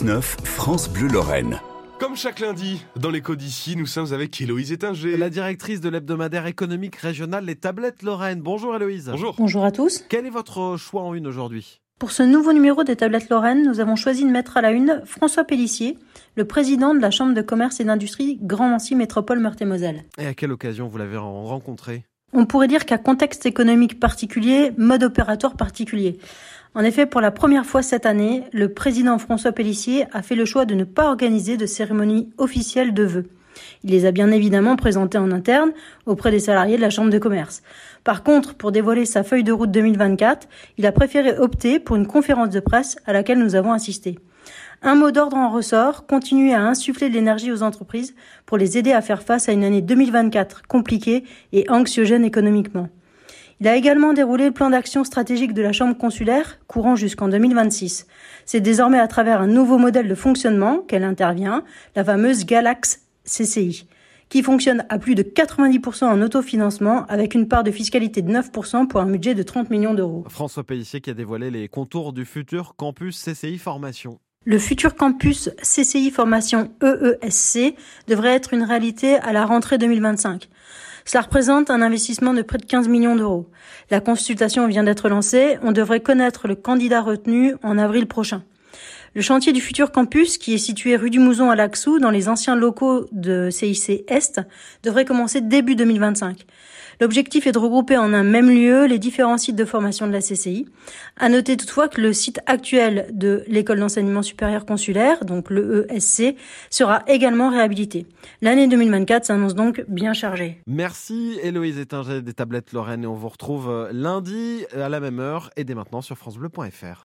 6-9, France Bleu Lorraine. Comme chaque lundi, dans l'écho d'ici, nous sommes avec Héloïse Ettinger. La directrice de l'hebdomadaire économique régional Les Tablettes Lorraine. Bonjour Héloïse. Bonjour. Bonjour à tous. Quel est votre choix en une aujourd'hui ? Pour ce nouveau numéro des Tablettes Lorraine, nous avons choisi de mettre à la une François Pélissier, le président de la Chambre de commerce et d'industrie Grand Nancy Métropole Meurthe-et-Moselle. Et à quelle occasion vous l'avez rencontré ? On pourrait dire qu'à contexte économique particulier, mode opératoire particulier. En effet, pour la première fois cette année, le président François Pélissier a fait le choix de ne pas organiser de cérémonie officielle de vœux. Il les a bien évidemment présentés en interne auprès des salariés de la Chambre de commerce. Par contre, pour dévoiler sa feuille de route 2024, il a préféré opter pour une conférence de presse à laquelle nous avons assisté. Un mot d'ordre en ressort, continuer à insuffler de l'énergie aux entreprises pour les aider à faire face à une année 2024 compliquée et anxiogène économiquement. Il a également déroulé le plan d'action stratégique de la Chambre consulaire, courant jusqu'en 2026. C'est désormais à travers un nouveau modèle de fonctionnement qu'elle intervient, la fameuse Galax CCI, qui fonctionne à plus de 90% en autofinancement avec une part de fiscalité de 9% pour un budget de 30 millions d'euros. François Pélissier qui a dévoilé les contours du futur campus CCI Formation. Le futur campus CCI Formation EESC devrait être une réalité à la rentrée 2025. Cela représente un investissement de près de 15 millions d'euros. La consultation vient d'être lancée. On devrait connaître le candidat retenu en avril prochain. Le chantier du futur campus, qui est situé rue du Mouzon à Laxou, dans les anciens locaux de CIC Est, devrait commencer début 2025. L'objectif est de regrouper en un même lieu les différents sites de formation de la CCI. À noter toutefois que le site actuel de l'école d'enseignement supérieur consulaire, donc l'EESC, sera également réhabilité. L'année 2024 s'annonce donc bien chargée. Merci Héloïse Ettinger des Tablettes Lorraine et on vous retrouve lundi à la même heure et dès maintenant sur francebleu.fr.